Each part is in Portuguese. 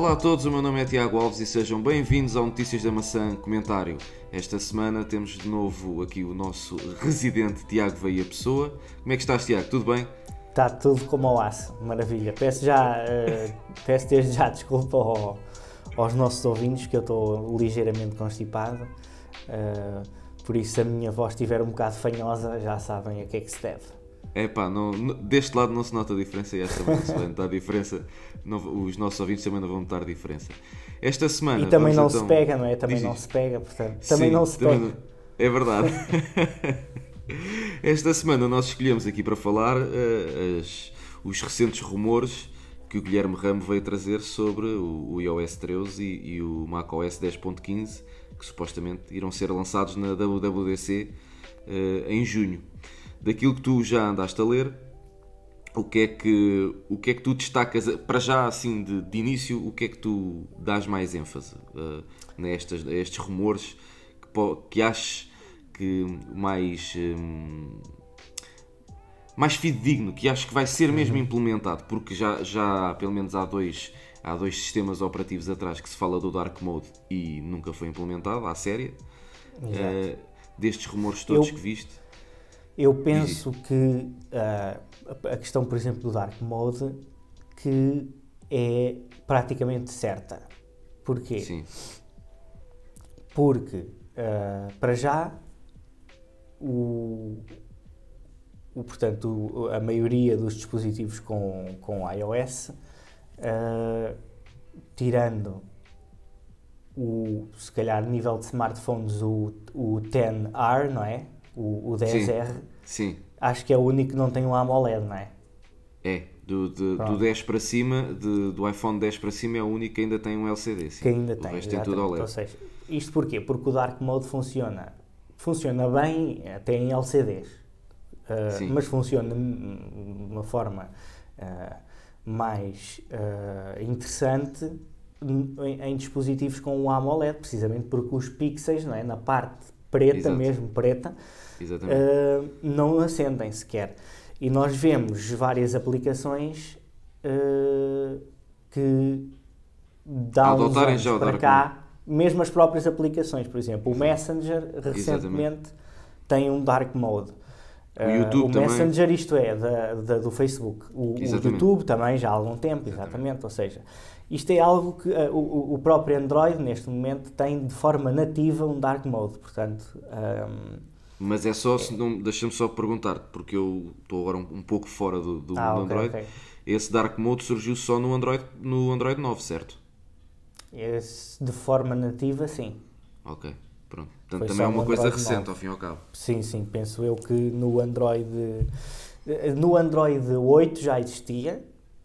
Olá a todos, o meu nome é Tiago Alves e sejam bem-vindos ao Notícias da Maçã Comentário. Esta semana temos de novo aqui o nosso residente Tiago Veia Pessoa. Como é que estás, Tiago? Tudo bem? Está tudo como ao aço, maravilha. Peço desde já desculpa aos nossos ouvintes que eu estou ligeiramente constipado. Por isso, se a minha voz estiver um bocado fanhosa, já sabem a que é que se deve. Deste lado não se nota a diferença e esta também não se vai notar a diferença. Os nossos ouvintes também não vão notar a diferença. Esta semana. E também não então... se pega, não é? Também não se pega, portanto. Também não se pega. É verdade. Esta semana nós escolhemos aqui para falar os recentes rumores que o Guilherme Ramo veio trazer sobre o iOS 13 e o macOS 10.15, que supostamente irão ser lançados na WWDC em junho. Daquilo que tu já andaste a ler, o que é que tu destacas, para já assim de início, o que é que tu dás mais ênfase a estes rumores que achas que mais fidedigno, que acho que vai ser mesmo implementado, porque já pelo menos há dois sistemas operativos atrás que se fala do Dark Mode e nunca foi implementado à séria. Destes rumores todos que viste. Eu penso que a questão, por exemplo, do Dark Mode, que é praticamente certa. Porquê? Sim. Porque, para já, portanto, a maioria dos dispositivos com iOS, tirando se calhar, nível de smartphones, o XR, não é? O 10R, sim. Acho que é o único que não tem um AMOLED, não é? É, do 10 para cima, do iPhone 10 para cima é o único que ainda tem um LCD. Sim. Que ainda tem, o resto tem tudo OLED. Ou seja, isto porquê? Porque o Dark Mode funciona bem até em LCDs, mas funciona de uma forma mais interessante em dispositivos com um AMOLED, precisamente porque os pixels, não é? Na parte preta, mesmo preta, não acendem sequer. E nós vemos várias aplicações que dá uns anos para cá, mesmo as próprias aplicações, por exemplo, o Messenger recentemente tem um Dark Mode. O YouTube o Messenger, também. Isto é, do Facebook. O YouTube também, já há algum tempo, exatamente. Ou seja, isto é algo que o próprio Android, neste momento, tem de forma nativa um Dark Mode. Portanto, mas é só, deixa-me só perguntar, porque eu estou agora um pouco fora do Android. Okay. Esse Dark Mode surgiu só no Android 9, certo? Esse, de forma nativa, sim. Ok, pronto. Portanto, também é uma coisa recente, 9. Ao fim e ao cabo. Sim, penso eu que no Android 8 já existia,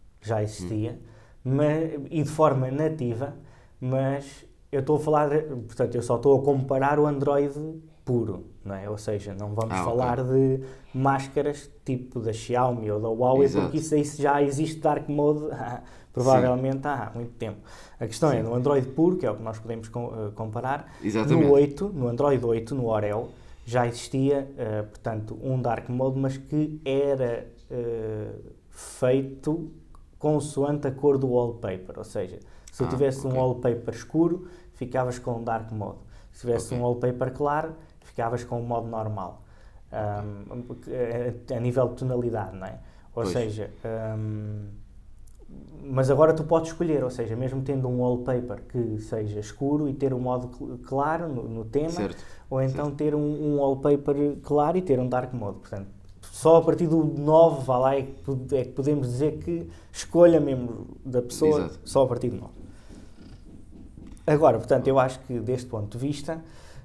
e de forma nativa, mas eu estou a falar, portanto, eu só estou a comparar o Android puro, não é? Ou seja, não vamos falar de máscaras tipo da Xiaomi ou da Huawei, porque isso já existe Dark Mode provavelmente há muito tempo. A questão é, no Android puro, que é o que nós podemos comparar, no Android 8, no Oreo, já existia, portanto, um Dark Mode, mas que era feito consoante a cor do wallpaper, ou seja, se tu tivesse um wallpaper escuro, ficavas com um Dark Mode. Se tivesse um wallpaper claro, ficavas com o modo normal, a nível de tonalidade, não é? Ou seja, mas agora tu podes escolher, ou seja, mesmo tendo um wallpaper que seja escuro e ter um modo claro no tema, ou então ter um wallpaper claro e ter um Dark Mode. Portanto, só a partir do 9, vá lá, é que podemos dizer que escolha mesmo da pessoa, só a partir do 9. Agora, portanto, eu acho que deste ponto de vista,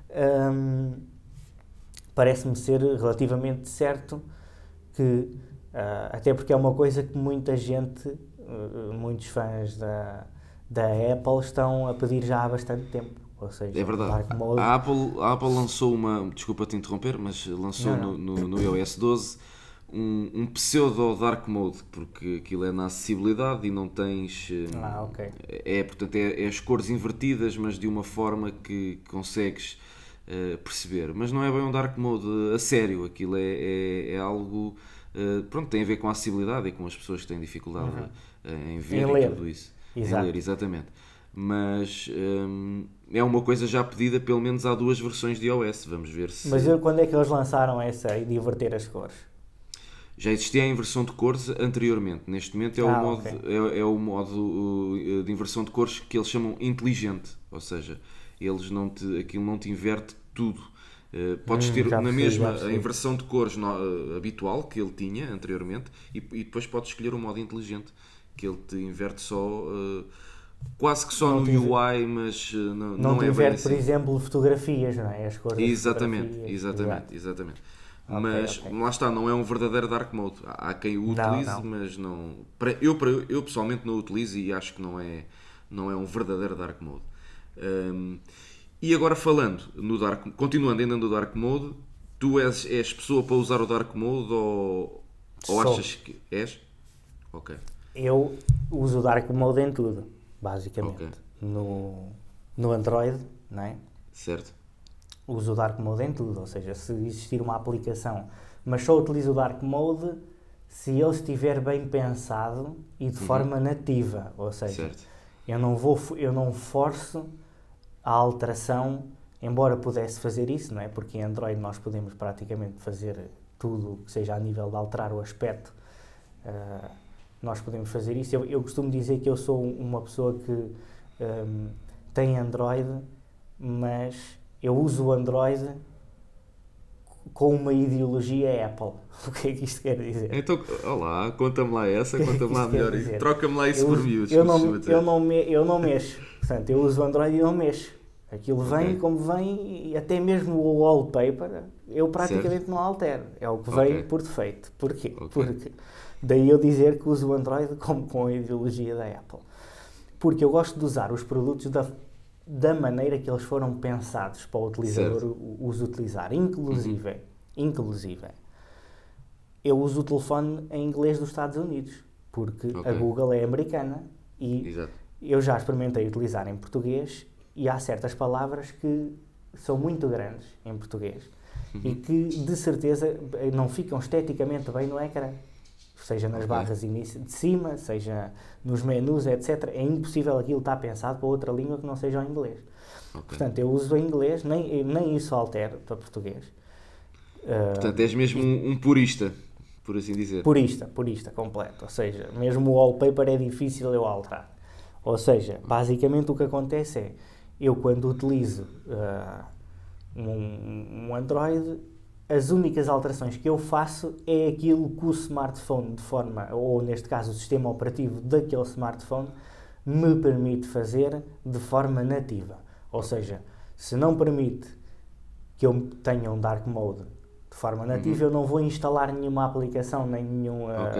parece-me ser relativamente certo que, até porque é uma coisa que muita gente, muitos fãs da Apple estão a pedir já há bastante tempo. Ou seja, é verdade. A Apple lançou desculpa te interromper, mas lançou no iOS 12 um pseudo Dark Mode, porque aquilo é na acessibilidade e não tens... Portanto, é as cores invertidas, mas de uma forma que consegues perceber. Mas não é bem um Dark Mode a sério, aquilo é algo... tem a ver com a acessibilidade e com as pessoas que têm dificuldade em ver e tudo isso. Exato. Em ler, exatamente. mas é uma coisa já pedida pelo menos há 2 versões de iOS. Vamos ver se... Mas quando é que eles lançaram essa de inverter as cores? Já existia a inversão de cores anteriormente. Neste momento é o modo, ok. é o modo de inversão de cores que eles chamam inteligente. Ou seja, aquilo não te inverte tudo. Podes ter Já na percebi, mesma já a percebi. inversão de cores habitual que ele tinha anteriormente e depois podes escolher o modo inteligente que ele te inverte só quase que só Não no te inver- UI, mas Não não te é bem inverte, por assim. exemplo, fotografias, não é? As cores das Exatamente, fotografias. exatamente, Exato. exatamente. Ok, Mas ok. lá está, não é um verdadeiro dark mode. Há quem o Não, utilize, não. mas não. Eu pessoalmente não o utilizo e acho que não é um verdadeiro dark mode. Hum, e agora falando continuando ainda no dark mode, tu és pessoa para usar o dark mode ou Sou. achas que és? Ok, Eu uso o Dark Mode em tudo, ok, basicamente. No Android, não é? certo. Uso o Dark Mode em tudo, ou seja, se existir uma aplicação, mas só utilizo o Dark Mode se ele estiver bem pensado e de forma nativa, ou seja, Certo. eu não forço a alteração, embora pudesse fazer isso, não é? Porque em Android nós podemos praticamente fazer tudo que seja a nível de alterar o aspecto. Nós podemos fazer isso. Eu costumo dizer que eu sou uma pessoa que tem Android, mas eu uso o Android com uma ideologia Apple. O que é que isto quer dizer? Então, olá, conta-me lá essa, O que é que conta-me lá isto quer melhor. dizer? Troca-me lá isso Eu, por uso- miúdos, eu, como se não, costuma dizer. eu não mexo. Portanto, eu uso o Android e não mexo. Aquilo vem Ok, como vem e até mesmo o wallpaper eu certo. praticamente não altero. É o que Ok, veio por defeito. Porquê? ok. Porque daí eu dizer que uso o Android como com a ideologia da Apple. Porque eu gosto de usar os produtos da maneira que eles foram pensados para o Certo. utilizador os utilizar. Inclusive, eu uso o telefone em inglês dos Estados Unidos, porque Ok, a Google é americana e exato. eu já experimentei utilizar em português e há certas palavras que são muito grandes em português e que de certeza não ficam esteticamente bem no ecrã. Seja nas Ok, barras de cima, seja nos menus, etc. É impossível aquilo estar pensado para outra língua que não seja o inglês. ok. Portanto, eu uso em inglês, nem isso altero para português. Portanto, és mesmo E um purista, por assim dizer. purista completo. Ou seja, mesmo o wallpaper é difícil eu alterar. Ou seja, basicamente o que acontece é, eu quando utilizo um Android, as únicas alterações que eu faço é aquilo que o smartphone ou neste caso o sistema operativo daquele smartphone, me permite fazer de forma nativa. Ou Ok. seja, se não permite que eu tenha um dark mode de forma nativa, eu não vou instalar nenhuma aplicação, nem Ok,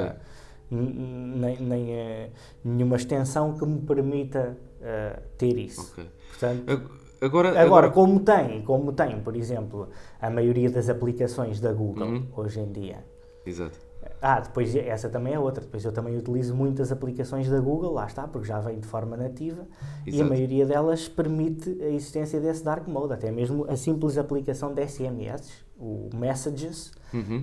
nenhuma extensão que me permita ter isso. ok. Portanto, Agora. como tem, por exemplo, a maioria das aplicações da Google hoje em dia. Exato. Depois essa também é outra. Depois eu também utilizo muitas aplicações da Google, lá está, porque já vem de forma nativa e a Exato. maioria delas permite a existência desse dark mode, até mesmo a simples aplicação de SMS, o Messages,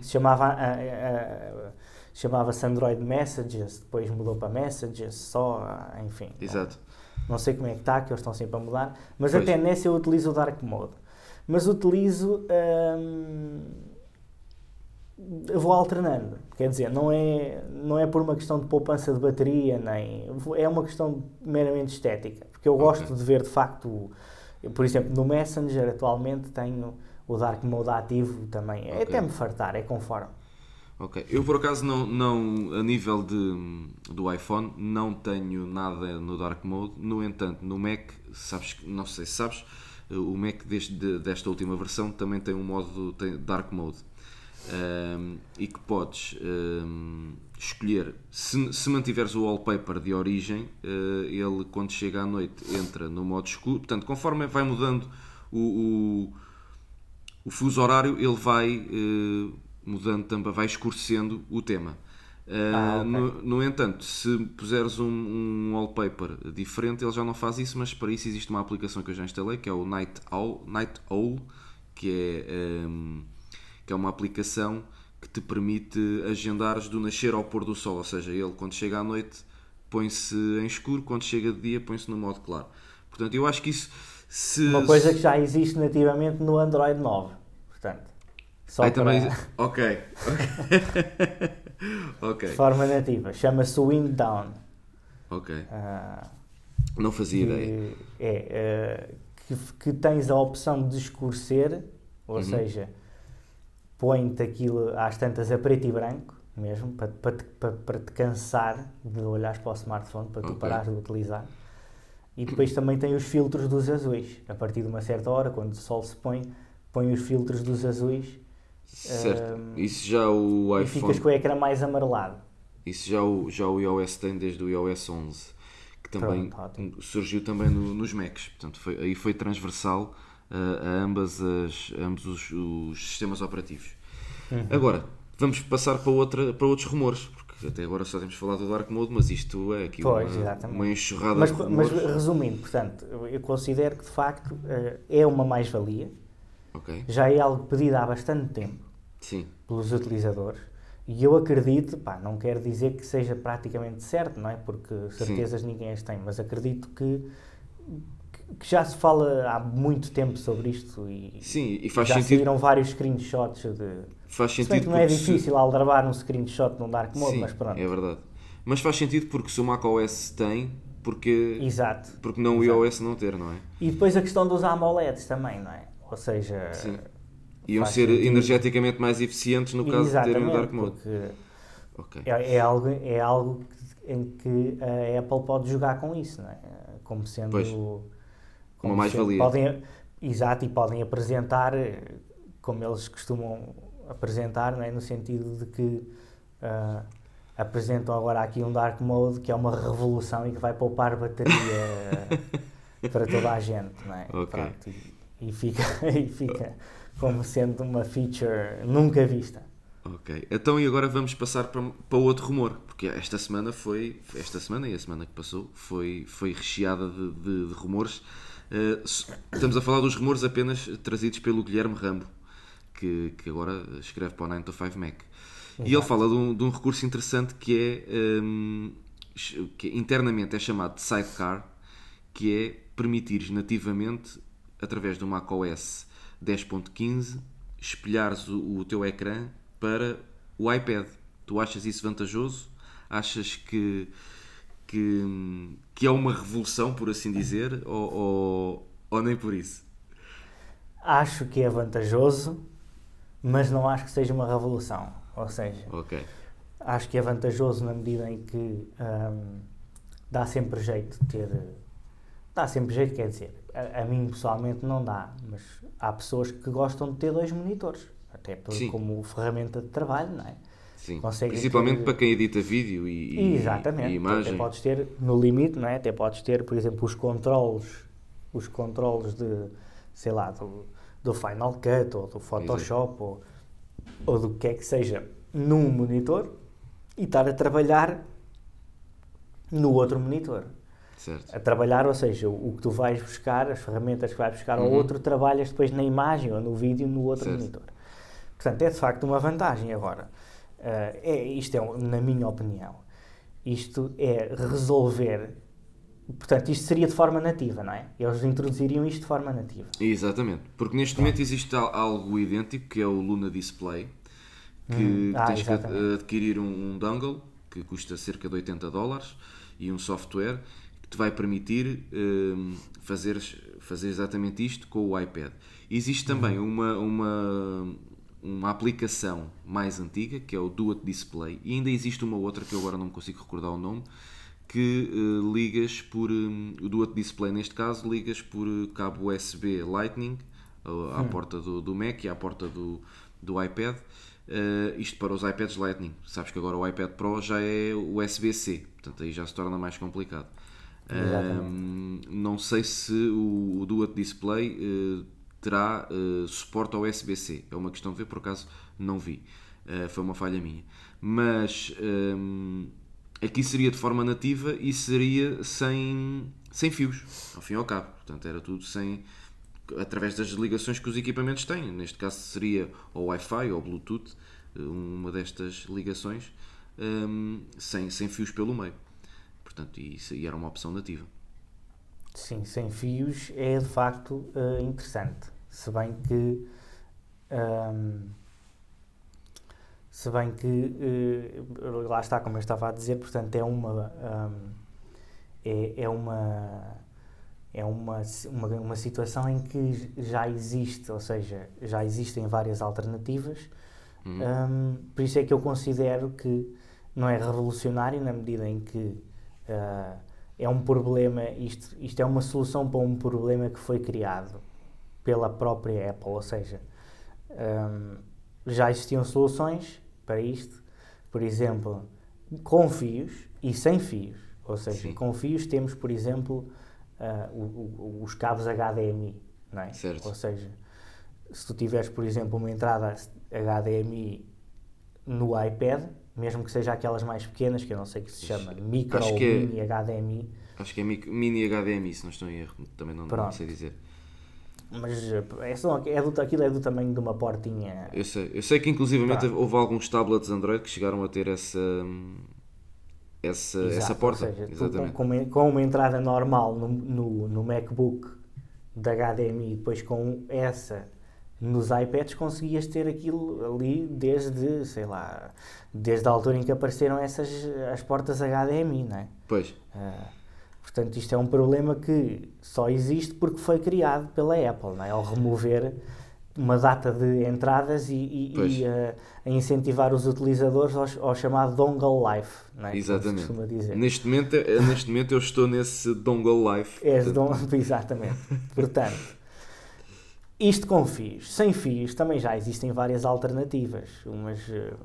chamava-se Android Messages, depois mudou para Messages só, enfim. Exato. Não sei como é que está, que eles estão sempre a mudar, mas Pois. até nessa eu utilizo o dark mode. Mas utilizo... eu vou alternando, quer dizer, não é por uma questão de poupança de bateria, nem é uma questão meramente estética, porque eu gosto de ver de facto, por exemplo, no Messenger atualmente tenho o Dark Mode ativo também, é até me fartar, é conforme. Ok. Eu por acaso não a nível do iPhone não tenho nada no Dark Mode, no entanto no Mac, não sei se sabes, o Mac desta última versão também tem um modo Dark Mode. E que podes escolher, se mantiveres o wallpaper de origem, ele quando chega à noite entra no modo escuro, portanto conforme vai mudando o fuso horário, ele vai mudando também, vai escurecendo o tema. Ok. No entanto, se puseres um wallpaper diferente, ele já não faz isso, mas para isso existe uma aplicação que eu já instalei, que é o Night Owl, que é uma aplicação que te permite agendares do nascer ao pôr do sol, ou seja, ele quando chega à noite põe-se em escuro, quando chega de dia põe-se no modo claro. Portanto, eu acho que isso... Uma coisa que já existe nativamente no Android 9. Portanto, só para... também... Ok. Ok. De forma nativa. Chama-se Wind Down. Ok. Não fazia ideia. Que tens a opção de escurecer, ou seja, põe-te aquilo às tantas a preto e branco, mesmo, para te cansar de olhar para o smartphone, para tu parares de utilizar. E depois também tem os filtros dos azuis. A partir de uma certa hora, quando o sol se põe os filtros dos azuis. Certo. Isso já o iPhone... E ficas com o ecrã mais amarelado. Isso já o iOS tem desde o iOS 11, que também surgiu também nos Macs. Portanto, aí foi transversal a ambos os sistemas operativos. Agora, vamos passar para outros rumores, porque até agora só temos falado do Dark Mode, mas isto é aqui uma enxurrada de rumores. Mas resumindo, portanto, eu considero que de facto é uma mais-valia. Okay. Já é algo pedido há bastante tempo pelos utilizadores. E eu acredito, não quero dizer que seja praticamente certo, não é? Porque certezas ninguém as tem, mas acredito que já se fala há muito tempo sobre isto e faz já sentido. saíram vários screenshots Faz sentido. Se bem que não é difícil aldrabar um screenshot num Dark Mode, mas pronto. É verdade. Mas faz sentido porque se o macOS tem, porque não o iOS não ter, não é? E depois a questão dos AMOLEDs também, não é? Ou seja... Iam ser energeticamente mais eficientes no caso de terem o Dark Mode. Porque é algo em que a Apple pode jogar com isso, não é? Como sendo... uma mais-valia. E podem apresentar, como eles costumam apresentar, não é? No sentido de que apresentam agora aqui um Dark Mode que é uma revolução e que vai poupar bateria para toda a gente, não é? Pronto, e fica como sendo uma feature nunca vista. Ok, então e agora vamos passar para outro rumor, porque esta semana e a semana que passou foi recheada de rumores. Estamos a falar dos rumores apenas trazidos pelo Guilherme Rambo, que agora escreve para o 9 to 5 Mac. Exato. E ele fala de um recurso interessante que internamente é chamado de Sidecar, que é permitir nativamente, através do macOS 10.15, espelhares o teu ecrã para o iPad. Tu achas isso vantajoso? Achas que é uma revolução, por assim dizer, ou nem por isso? Acho que é vantajoso, mas não acho que seja uma revolução. Ou seja, acho que é vantajoso na medida em que dá sempre jeito de ter... Dá sempre jeito, quer dizer, a mim pessoalmente não dá, mas há pessoas que gostam de ter dois monitores, até como ferramenta de trabalho, não é? Sim, principalmente para quem edita vídeo e imagem. Até podes ter, no limite, não é? Até podes ter, por exemplo, os controles de, sei lá, do Final Cut ou do Photoshop ou do que é que seja num monitor e estar a trabalhar no outro monitor. Certo. A trabalhar, ou seja, o que tu vais buscar, as ferramentas que vais buscar ao outro, trabalhas depois na imagem ou no vídeo no outro monitor. Portanto, é de facto uma vantagem. Agora, isto é, na minha opinião, isto é resolver... Portanto, isto seria de forma nativa, não é? Eles introduziriam isto de forma nativa. Exatamente, porque neste momento existe algo idêntico, que é o Luna Display, que tens que adquirir um dongle, que custa cerca de $80, e um software que te vai permitir fazer exatamente isto com o iPad. Existe também uma aplicação mais antiga, que é o Do It Display, e ainda existe uma outra que eu agora não me consigo recordar o nome, que ligas por o Do It Display, neste caso ligas por cabo USB Lightning à porta do Mac e à porta do iPad, isto para os iPads Lightning. Sabes que agora o iPad Pro já é USB-C, portanto aí já se torna mais complicado. Não sei se o Do It Display terá suporte ao USB-C, é uma questão de ver, por acaso não vi, foi uma falha minha, mas aqui seria de forma nativa e seria sem fios, ao fim e ao cabo. Portanto, era tudo através das ligações que os equipamentos têm. Neste caso seria ou Wi-Fi ou Bluetooth, uma destas ligações, sem fios pelo meio. portanto, e era uma opção nativa. Sim, sem fios é de facto interessante, se bem que lá está, como eu estava a dizer, portanto é uma situação em que já existe, ou seja, já existem várias alternativas. Por isso é que eu considero que não é revolucionário, na medida em que é um problema, isto é uma solução para um problema que foi criado pela própria Apple, ou seja, já existiam soluções para isto, por exemplo, com fios e sem fios, ou seja, Sim. com fios temos, por exemplo, os cabos HDMI, não é? Certo. Ou seja, se tu tiveres, por exemplo, uma entrada HDMI no iPad, mesmo que seja aquelas mais pequenas, que eu não sei que se chama, micro ou mini HDMI. Acho que é mini HDMI, se não estou em erro, também não sei dizer. Mas aquilo é do tamanho de uma portinha. Eu sei que inclusivamente houve alguns tablets Android que chegaram a ter essa porta. Ou seja, exatamente. Com uma entrada normal no MacBook de HDMI e depois com essa nos iPads conseguias ter aquilo ali desde, sei lá, desde a altura em que apareceram as portas HDMI, não é? Pois. Portanto, isto é um problema que só existe porque foi criado pela Apple, não é? Ao remover uma data de entradas e a incentivar os utilizadores ao chamado dongle life, não é? Exatamente. Como se costuma dizer. Neste momento eu estou nesse dongle life. Exatamente. Portanto, isto com fios. Sem fios também já existem várias alternativas, umas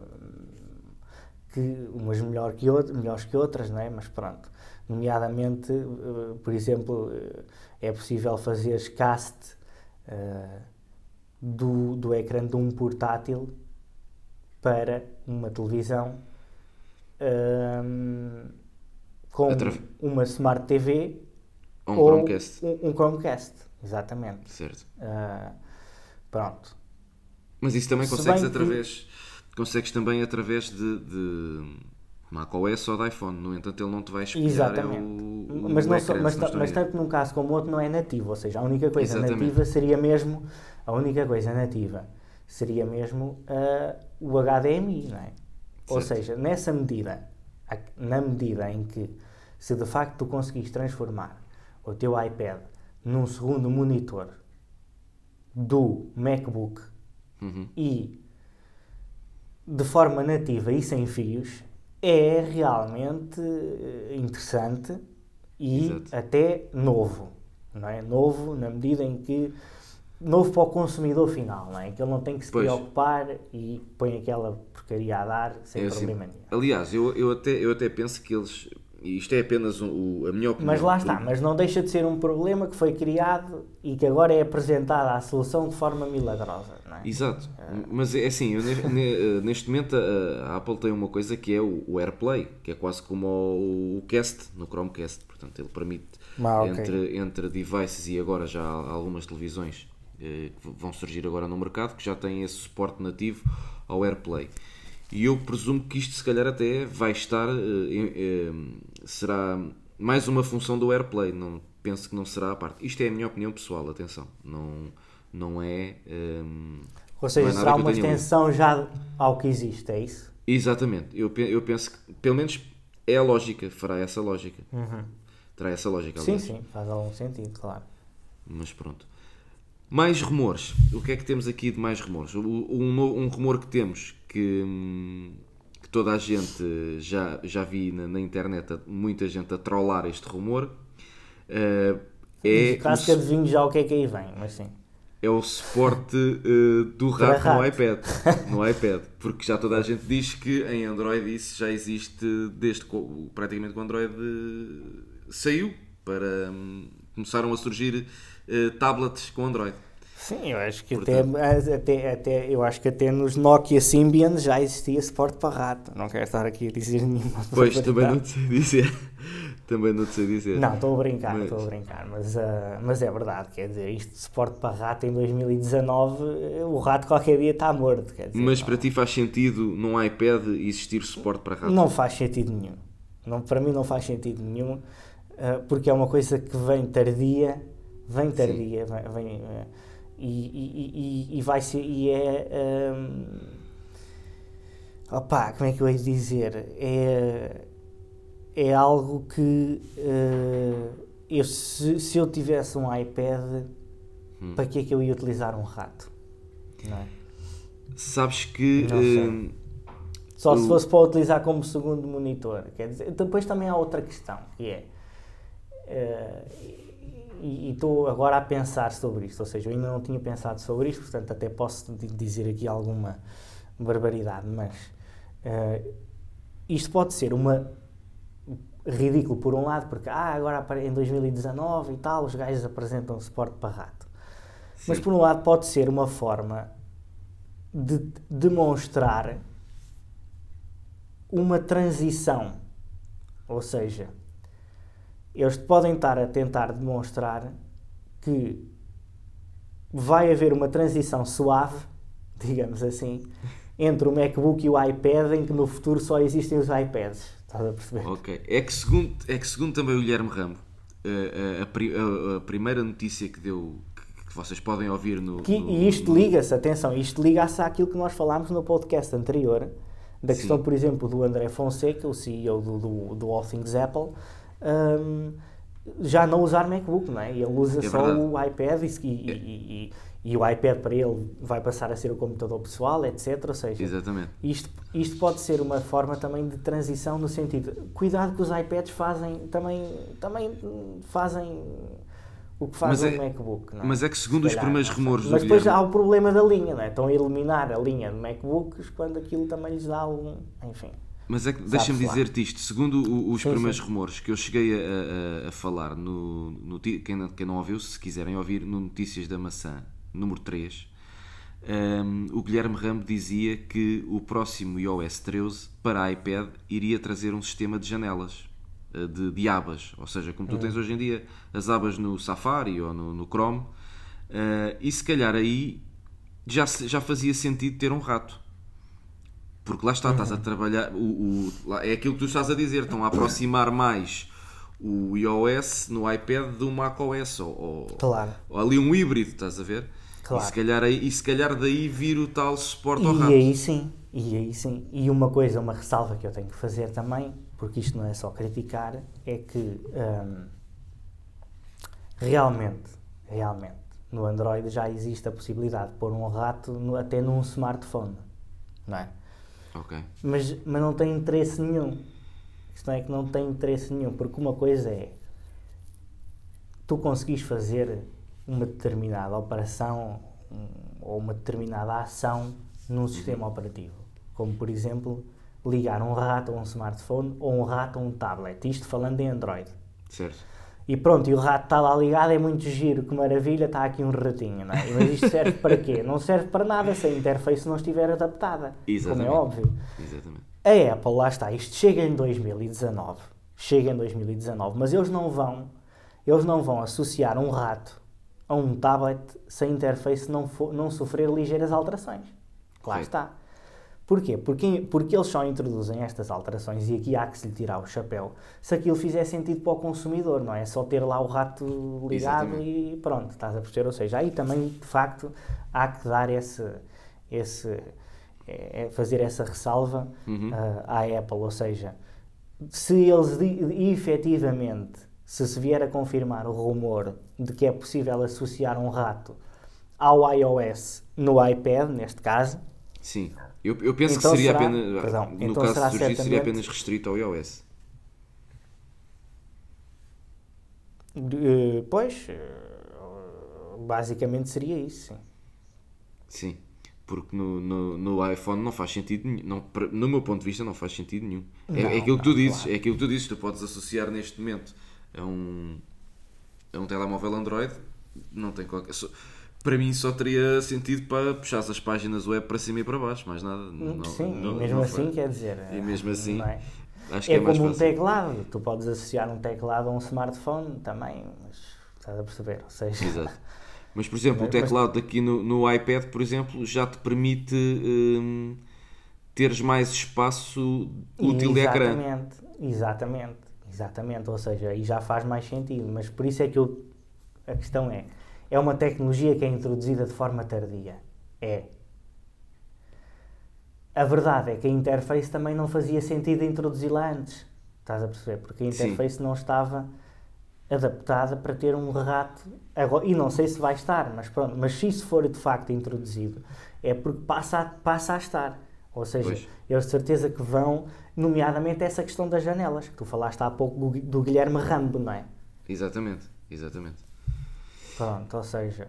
melhores que outras, não é? Mas pronto. Nomeadamente, por exemplo, é possível fazer cast do ecrã de um portátil para uma televisão com uma Smart TV ou Chromecast. Um Chromecast, exatamente. Certo. Pronto. Mas isso também consegues também através de macOS ou de iPhone, no entanto ele não te vai espelhar. Exatamente. Mas tanto num caso como outro não é nativo, ou seja, a única coisa nativa seria mesmo o HDMI, não é? Certo. Ou seja, na medida em que se de facto tu conseguires transformar o teu iPad num segundo monitor do MacBook e de forma nativa e sem fios, é realmente interessante e até novo, não é? Novo na medida em que novo para o consumidor final, não é? Que ele não tem que se preocupar e põe aquela porcaria a dar sem problema nenhum. Aliás, eu até penso que eles... Isto é apenas a minha opinião. Mas lá está, mas não deixa de ser um problema que foi criado e que agora é apresentada à solução de forma milagrosa, não é? Exato, mas é assim, neste momento a Apple tem uma coisa que é o AirPlay, que é quase como o Cast, no Chromecast, portanto ele permite entre devices, e agora já há algumas televisões que vão surgir agora no mercado que já têm esse suporte nativo ao AirPlay. E eu presumo que isto se calhar até vai estar, será mais uma função do AirPlay, não, penso que não será a parte. Isto é a minha opinião pessoal, atenção, não é... Ou seja, será uma extensão já ao que existe, é isso? Exatamente, eu penso que pelo menos é a lógica, fará essa lógica. Terá essa lógica, aliás. Sim, faz algum sentido, claro. Mas pronto. Mais rumores. O que é que temos aqui de mais rumores? Um rumor que temos que toda a gente já vi na internet, muita gente a trollar este rumor. Quase que adivinho já o que é que aí vem, mas sim. É o suporte do rato no iPad. Porque já toda a gente diz que em Android isso já existe desde praticamente que o Android saiu. Começaram a surgir tablets com Android. Sim, eu acho que eu acho que até nos Nokia Symbian já existia suporte para rato. Não quero estar aqui a dizer nenhuma. Pois, também não te sei dizer. Não, estou a brincar, mas é verdade, quer dizer, isto de suporte para rato em 2019, o rato qualquer dia está morto, quer dizer. Mas para ti faz sentido num iPad existir suporte para rato? Não faz sentido nenhum. Não, para mim não faz sentido nenhum, porque é uma coisa que vem tardia, e vai ser, e é, opá, como é que eu hei de dizer, é algo que se eu tivesse um iPad, para que é que eu ia utilizar um rato? Não é? Sabes que... Só se fosse para utilizar como segundo monitor. Quer dizer, depois também há outra questão, que é... e estou agora a pensar sobre isto, ou seja, eu ainda não tinha pensado sobre isto, portanto até posso dizer aqui alguma barbaridade, mas isto pode ser ridículo por um lado, porque agora em 2019 e tal, os gajos apresentam suporte para rato. Sim. Mas por um lado pode ser uma forma de demonstrar uma transição, ou seja, eles podem estar a tentar demonstrar que vai haver uma transição suave, digamos assim, entre o MacBook e o iPad, em que no futuro só existem os iPads. Estás a perceber? Ok. É que segundo também o Guilherme Ramo, a primeira notícia que deu, que vocês podem ouvir e isto liga-se, atenção, isto liga-se àquilo que nós falámos no podcast anterior, da questão, por exemplo, do André Fonseca, o CEO do All Things Apple, já não usar MacBook, não é? Ele usa só o iPad e o iPad para ele vai passar a ser o computador pessoal, etc. Ou seja, exatamente. Isto pode ser uma forma também de transição, no sentido, cuidado que os iPads também fazem o que faz o MacBook, não é? Mas é que segundo os primeiros rumores do Mas depois Guilherme... há o problema da linha, não é? Estão a eliminar a linha de MacBooks quando aquilo também lhes dá algum... Enfim. Mas é que deixa-me dizer-te isto, segundo os primeiros rumores que eu cheguei a falar quem não ouviu, se quiserem ouvir, no Notícias da Maçã, número 3, o Guilherme Ramo dizia que o próximo iOS 13 para iPad iria trazer um sistema de janelas, de abas, ou seja, como tu tens hoje em dia as abas no Safari ou no Chrome, e se calhar aí já fazia sentido ter um rato, porque lá estás a trabalhar, é aquilo que tu estás a dizer, estão a aproximar mais o iOS no iPad do macOS, ou ali um híbrido, estás a ver? Claro. E se calhar daí vir o tal suporte ao rato. E aí sim. E uma ressalva que eu tenho que fazer também, porque isto não é só criticar, é que realmente no Android já existe a possibilidade de pôr um rato até num smartphone, não é? Ok. Mas não tem interesse nenhum. Isto não é que não tem interesse nenhum, porque uma coisa é tu conseguis fazer uma determinada operação ou uma determinada ação num sistema operativo, como por exemplo ligar um rato a um smartphone ou um rato a um tablet, isto falando em Android. Certo. E pronto, e o rato está lá ligado, é muito giro, que maravilha, está aqui um ratinho, não é? Mas isto serve para quê? Não serve para nada se a interface não estiver adaptada. Exatamente. Como é óbvio. Exatamente. A Apple, lá está, isto chega em 2019, mas eles não vão associar um rato a um tablet se a interface não sofrer ligeiras alterações. Lá está. Porquê? Porque eles só introduzem estas alterações, e aqui há que se lhe tirar o chapéu, se aquilo fizer sentido para o consumidor, não é? Só ter lá o rato ligado. Exatamente. E pronto, estás a perceber? Ou seja, aí também, de facto, há que dar fazer essa ressalva à Apple, ou seja, se eles efetivamente, se vier a confirmar o rumor de que é possível associar um rato ao iOS no iPad, neste caso... Sim. Eu penso que seria apenas... no caso de surgir, seria apenas restrito ao iOS. Pois, basicamente seria isso, sim. Sim, porque no iPhone não faz sentido nenhum. No meu ponto de vista não faz sentido nenhum. É aquilo que tu dizes, claro. É aquilo que tu dizes, tu podes associar neste momento a um telemóvel Android, não tem qualquer... Para mim só teria sentido para puxar as páginas web para cima e para baixo, mais nada. Sim, mesmo assim, quer dizer... E mesmo assim, acho que é mais como fácil. Um teclado, tu podes associar um teclado a um smartphone também, mas estás a perceber, ou seja... Exato. Mas, por exemplo, o teclado aqui no iPad, por exemplo, já te permite teres mais espaço útil de ecrã. Exatamente, ou seja, aí já faz mais sentido, mas por isso é que a questão é uma tecnologia que é introduzida de forma tardia. A verdade é que a interface também não fazia sentido introduzi-la antes, estás a perceber? Porque a interface Sim. não estava adaptada para ter um rato, agora, e não sei se vai estar, mas pronto, mas se isso for de facto introduzido, é porque passa a estar. Ou seja, eu de certeza que vão, nomeadamente essa questão das janelas, que tu falaste há pouco do Guilherme Rambo, não é? Exatamente. Pronto, ou seja,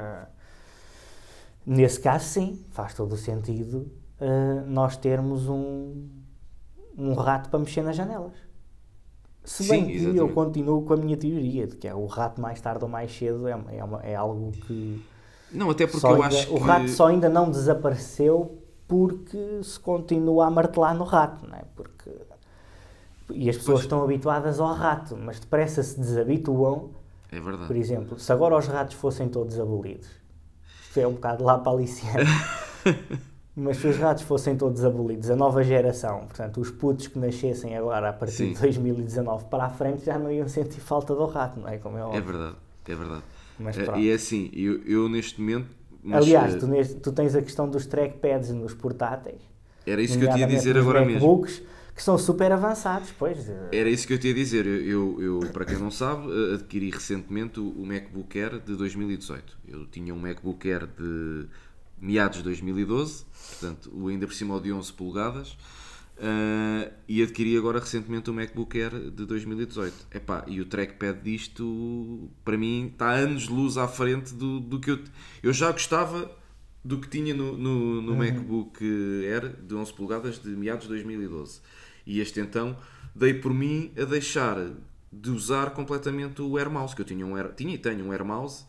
nesse caso sim, faz todo o sentido nós termos um rato para mexer nas janelas. Se bem que eu continuo com a minha teoria de que o rato mais tarde ou mais cedo é algo que... Não, até porque eu acho que... O rato só ainda não desapareceu porque se continua a martelar no rato, não é? E as pessoas estão habituadas ao rato, mas depressa se desabituam. É verdade. Por exemplo, se agora os ratos fossem todos abolidos, isto é um bocado lá para aliciar, mas se os ratos fossem todos abolidos, a nova geração, portanto, os putos que nascessem agora a partir de 2019 para a frente já não iam sentir falta do rato, não é? Como é óbvio. É verdade. Mas e é assim, eu neste momento... Aliás, tu tens a questão dos trackpads nos portáteis. Era isso que eu te ia dizer agora mesmo. Que são super avançados, pois. Era isso que eu te ia dizer. Eu, para quem não sabe, adquiri recentemente o MacBook Air de 2018. Eu tinha um MacBook Air de meados de 2012, portanto, ainda por cima de 11 polegadas, e adquiri agora recentemente o MacBook Air de 2018. E o trackpad disto, para mim, está a anos de luz à frente do que eu já gostava do que tinha no MacBook Air de 11 polegadas de meados de 2012. E este então, dei por mim a deixar de usar completamente o AirMouse, que eu tinha e tenho um AirMouse,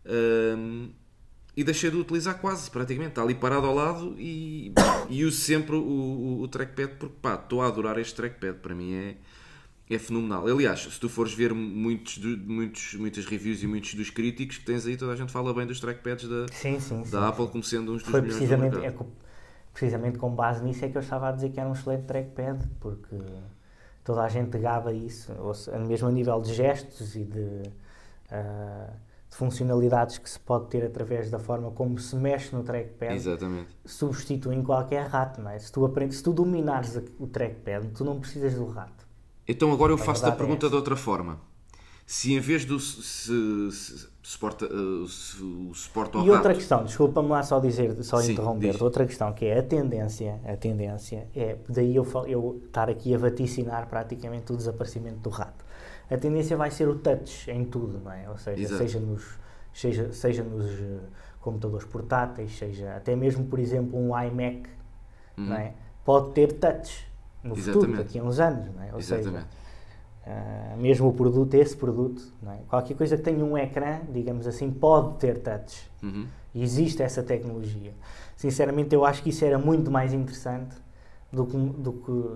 e deixei de utilizar quase, praticamente. Está ali parado ao lado e uso sempre o trackpad, porque estou a adorar este trackpad. Para mim é fenomenal. Aliás, se tu fores ver muitas reviews e muitos dos críticos que tens aí, toda a gente fala bem dos trackpads da Apple como sendo uns dos melhores do mercado. Precisamente com base nisso é que eu estava a dizer que era um excelente trackpad, porque toda a gente gaba isso, mesmo a nível de gestos e de funcionalidades que se pode ter através da forma como se mexe no trackpad. Exatamente. Substituem qualquer rato, não é? Se tu dominares o trackpad, tu não precisas do rato. Então agora eu faço-te a pergunta de outra forma. Se em vez do suporte ao rato... E outra questão, desculpa-me lá interromper-te, outra questão que é a tendência é, daí eu estar aqui a vaticinar praticamente o desaparecimento do rato. A tendência vai ser o touch em tudo, não é? Ou seja, seja nos computadores portáteis, seja até mesmo, por exemplo, um iMac, não é? Pode ter touch no futuro, daqui a uns anos, não é? Ou seja, mesmo esse produto, não é? Qualquer coisa que tenha um ecrã, digamos assim, pode ter touch. Existe essa tecnologia. Sinceramente, eu acho que isso era muito mais interessante do que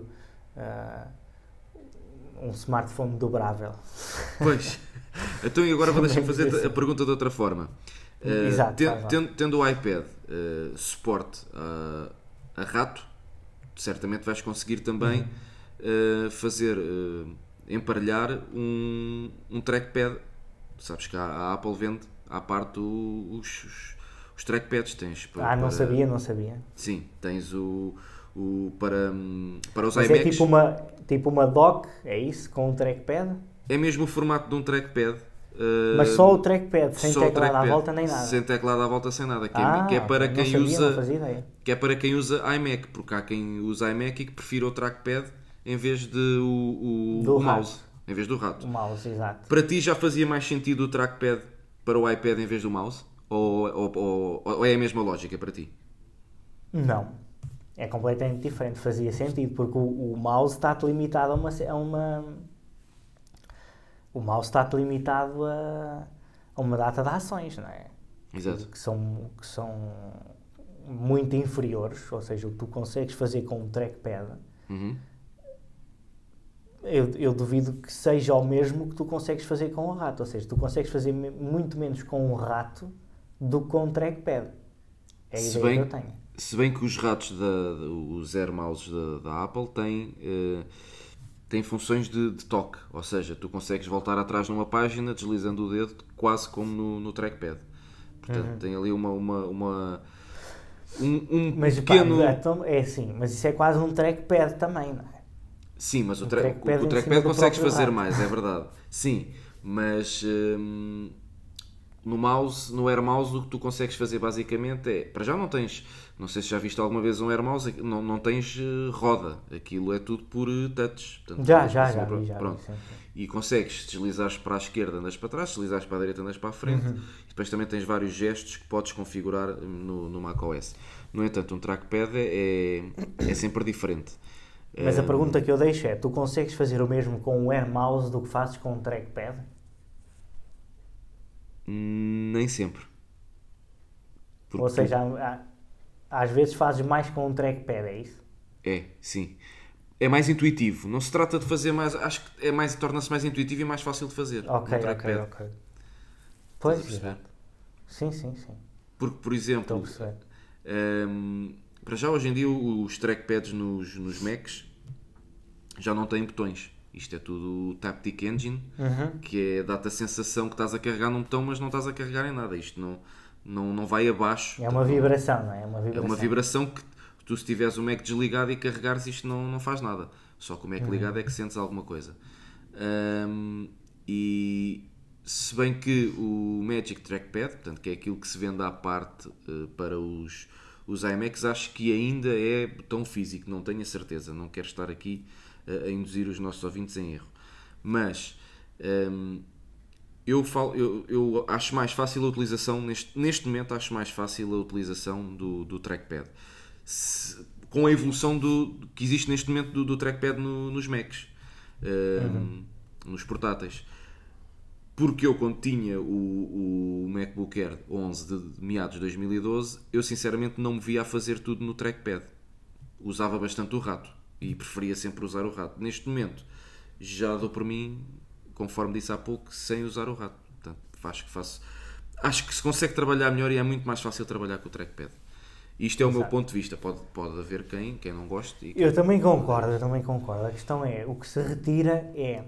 um smartphone dobrável. Pois. Então, e agora deixa-me fazer a pergunta de outra forma. Exato. Tendo o iPad suporte a rato, certamente vais conseguir também emparelhar um trackpad. Sabes que a Apple vende à parte os trackpads. Tens não sabia. Sim, tens para os Mas iMacs. É tipo uma dock, é isso? Com um trackpad? É mesmo o formato de um trackpad. Mas só o trackpad, sem teclado à volta nem nada. Sem teclado à volta, sem nada. Que é para quem usa iMac, porque há quem usa iMac e que prefira o trackpad em vez de o mouse. Em vez do rato. O mouse, exato. Para ti já fazia mais sentido o trackpad para o iPad em vez do mouse? Ou é a mesma lógica para ti? Não. É completamente diferente. Fazia sentido, porque o mouse está-te limitado o mouse está-te limitado a uma data de ações, não é? Exato. Que são muito inferiores, ou seja, o que tu consegues fazer com um trackpad, eu duvido que seja o mesmo que tu consegues fazer com um rato, ou seja, tu consegues fazer muito menos com um rato do que com um trackpad. É a ideia que eu tenho. Se bem que os ratos, os AirMouses da Apple têm tem funções de toque, ou seja, tu consegues voltar atrás numa página deslizando o dedo, quase como no trackpad. Portanto, tem ali um Mas pá, pequeno... então, é assim, mas isso é quase um trackpad também, não é? Sim, mas Um o trackpad em cima trackpad do consegues próprio fazer rato. mais, é verdade. Sim, mas no mouse, no Air Mouse, o que tu consegues fazer basicamente é... Para já não tens... Não sei se já viste alguma vez um Air Mouse, não tens roda. Aquilo é tudo por touch. Portanto, Já, rodas para já, cima, já vi, pronto. sim, sim. E consegues, se deslizares para a esquerda, andas para trás, se deslizares para a direita, andas para a frente. E depois também tens vários gestos que podes configurar no macOS. No entanto, um trackpad é sempre diferente. Mas a pergunta que eu deixo é, tu consegues fazer o mesmo com um Air Mouse do que fazes com um trackpad? Nem sempre. Ou Porque tu... seja, às vezes fazes mais com um trackpad, é isso? Sim. É mais intuitivo. Não se trata de fazer mais... Acho que torna-se mais intuitivo e mais fácil de fazer Ok, no ok, trackpad. ok. Estás a Pois, perceber? exato. Sim, sim, sim. Porque, por Estou a exemplo, perceber. para já hoje em dia os trackpads nos Macs já não têm botões. Isto é tudo Taptic Engine, que dá-te a sensação que estás a carregar num botão, mas não estás a carregar em nada. Isto não vai abaixo. É uma vibração, não é? É uma vibração que tu, se tiveres o Mac desligado e carregares, isto não faz nada. Só com o Mac ligado é que sentes alguma coisa. E se bem que o Magic Trackpad, portanto, que é aquilo que se vende à parte para os iMacs, acho que ainda é botão físico, não tenho a certeza, não quero estar aqui a induzir os nossos ouvintes em erro. Mas eu acho mais fácil a utilização, neste momento acho mais fácil a utilização do trackpad. Com a evolução que existe neste momento do trackpad nos Macs, nos portáteis. Porque eu, quando tinha o MacBook Air 11 de meados de 2012, eu sinceramente não me via a fazer tudo no trackpad. Usava bastante o rato e preferia sempre usar o rato. Neste momento, já dou por mim, conforme disse há pouco, sem usar o rato. Portanto, acho que se consegue trabalhar melhor e é muito mais fácil trabalhar com o trackpad. Isto é o meu ponto de vista. Pode haver quem não goste. Eu também concordo, eu também concordo. A questão é, o que se retira é,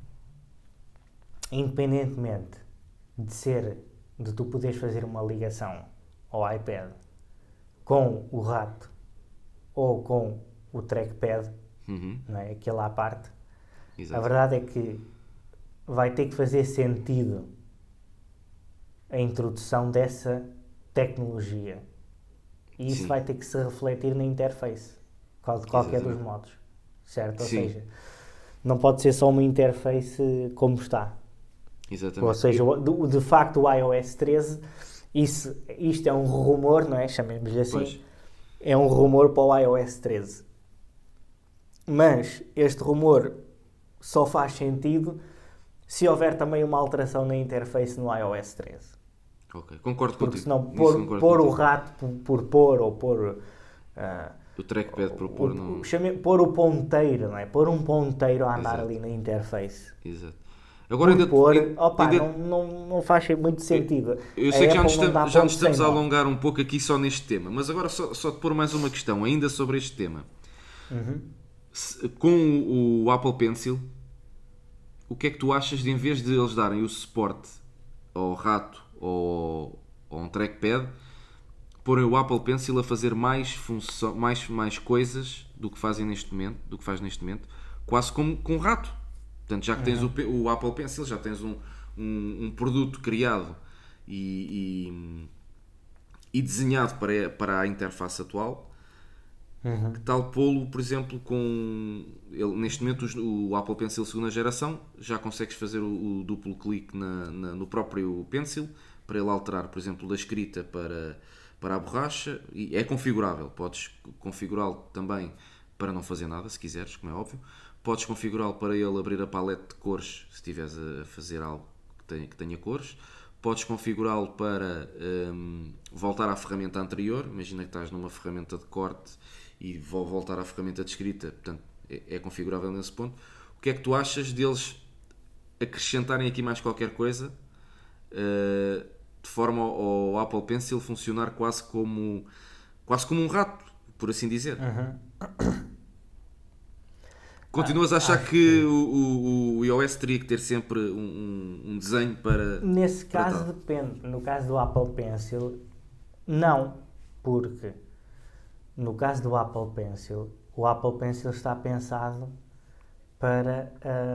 independentemente de tu poderes fazer uma ligação ao iPad com o rato ou com o trackpad, não é? Aquele à parte, Exato. a verdade é que vai ter que fazer sentido a introdução dessa tecnologia. E isso vai ter que se refletir na interface de qualquer dos modos, certo? Ou seja, não pode ser só uma interface como está. Exatamente. Ou seja, de facto o iOS 13, isto é um rumor, não é? Chamemos-lhe assim. Pois. É um rumor para o iOS 13. Mas este rumor só faz sentido se houver também uma alteração na interface no iOS 13. Ok, concordo porque contigo. Porque senão pôr o rato por pôr ou pôr... o trackpad por pôr no... Pôr o ponteiro, não é? Pôr um ponteiro a andar ali na interface. Exato. Agora não faz muito sentido. Eu sei que já nos estamos a alongar um pouco aqui só neste tema, mas agora só te pôr mais uma questão ainda sobre este tema. Com o Apple Pencil, o que é que tu achas de, em vez de eles darem o suporte ao rato ou um trackpad, porem o Apple Pencil a fazer mais coisas do que faz neste momento, quase como com um rato. Portanto, já que tens o Apple Pencil, já tens um produto criado e desenhado para a interface atual, que tal pô-lo, por exemplo, neste momento o Apple Pencil segunda geração, já consegues fazer o duplo clique no próprio Pencil, para ele alterar, por exemplo, da escrita para a borracha, e é configurável. Podes configurá-lo também para não fazer nada, se quiseres, como é óbvio. Podes configurá-lo para ele abrir a palete de cores, se estiveres a fazer algo que tenha cores. Podes configurá-lo para voltar à ferramenta anterior. Imagina que estás numa ferramenta de corte e vou voltar à ferramenta de escrita. Portanto, é configurável nesse ponto. O que é que tu achas deles acrescentarem aqui mais qualquer coisa, de forma ao Apple Pencil funcionar quase como um rato, por assim dizer? Continuas a achar que o iOS teria que ter sempre um desenho para... Nesse para caso tal? depende. No caso do Apple Pencil, não. Porque no caso do Apple Pencil, o Apple Pencil está pensado para,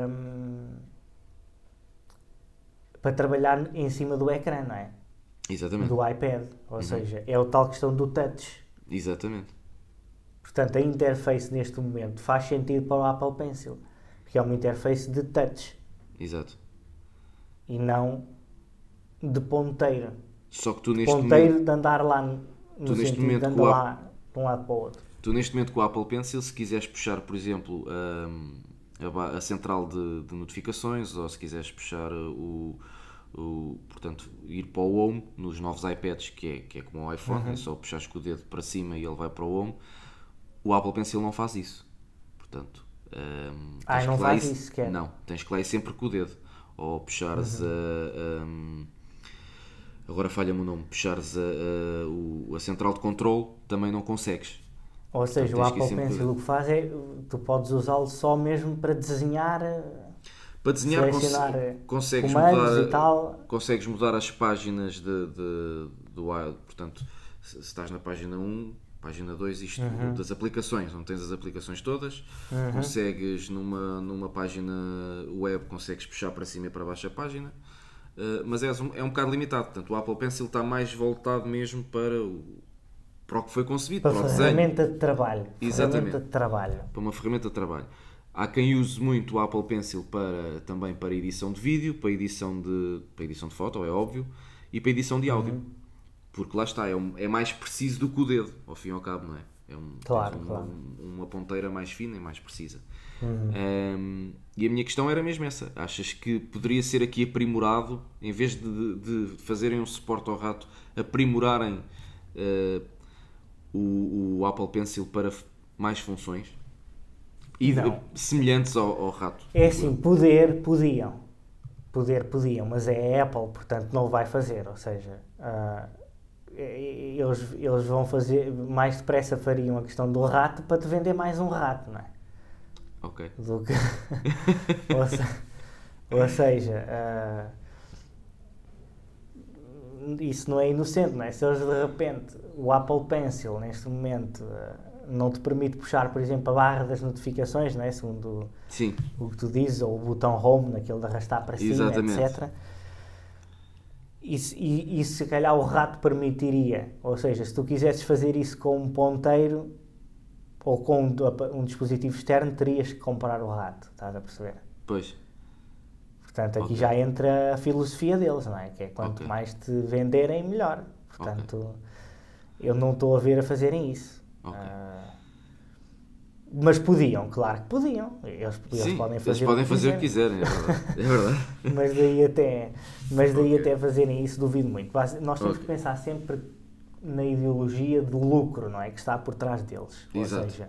para trabalhar em cima do ecrã, não é? Exatamente. Do iPad. Ou seja, é a tal questão do touch. Exatamente. Portanto, a interface neste momento faz sentido para o Apple Pencil. Porque é uma interface de touch. Exato. E não de ponteiro. Só que tu neste Ponteiro momento... de andar lá no neste sentido momento de andar com o lá de um lado para o outro. Tu neste momento com o Apple Pencil, se quiseres puxar, por exemplo, a central de notificações, ou se quiseres puxar portanto, ir para o Home nos novos iPads, que é como o iPhone, é só puxares com o dedo para cima e ele vai para o Home. O Apple Pencil não faz isso. Portanto, tens não que lá faz ir, isso sequer. não, tens que lá ir sempre com o dedo. Ou puxares agora falha-me o nome, puxares a central de controle, também não consegues. Ou seja, Portanto, o tens que ir Apple sempre Pencil o que faz é, tu podes usá-lo só mesmo para desenhar, para desenhar selecionar consegues comandos mudar, e tal. consegues mudar as páginas do portanto, se estás na página 1, página 2, isto das aplicações, não tens as aplicações todas, consegues numa página web, consegues puxar para cima e para baixo a página, mas é um bocado limitado. Portanto, o Apple Pencil está mais voltado mesmo para o que foi concebido, Para para o desenho. ferramenta de trabalho. Exatamente. Ferramenta de trabalho. Para uma ferramenta de trabalho. Há quem use muito o Apple Pencil também para edição de vídeo, para edição de foto, é óbvio, e para edição de áudio. Porque lá está, é mais preciso do que o dedo, ao fim e ao cabo, não é? Claro. Uma ponteira mais fina e mais precisa. E a minha questão era mesmo essa. Achas que poderia ser aqui aprimorado, em vez de fazerem um suporte ao rato, aprimorarem o Apple Pencil para mais funções? E semelhantes ao rato? É assim, podiam, mas é a Apple, portanto não vai fazer, ou seja, eles vão fazer, mais depressa fariam a questão do rato para te vender mais um rato, não é? Ok. Do que... ou seja, isso não é inocente, não é? Se eles de repente, o Apple Pencil neste momento não te permite puxar, por exemplo, a barra das notificações, não é? Segundo Sim. o que tu dizes, ou o botão Home, naquele de arrastar para cima, Exatamente. etc. E se calhar o rato permitiria, ou seja, se tu quisesses fazer isso com um ponteiro ou com um dispositivo externo, terias que comprar o rato, estás a perceber? Pois. Portanto, aqui já entra a filosofia deles, não é? Que é quanto mais te venderem, melhor. Portanto, eu não estou a ver a fazerem isso. Mas podiam, claro que podiam. Eles podem fazer, eles podem fazer o que quiserem, é verdade. mas daí até fazerem isso, duvido muito. Nós temos que pensar sempre na ideologia do lucro, não é? Que está por trás deles. Exato. Ou seja,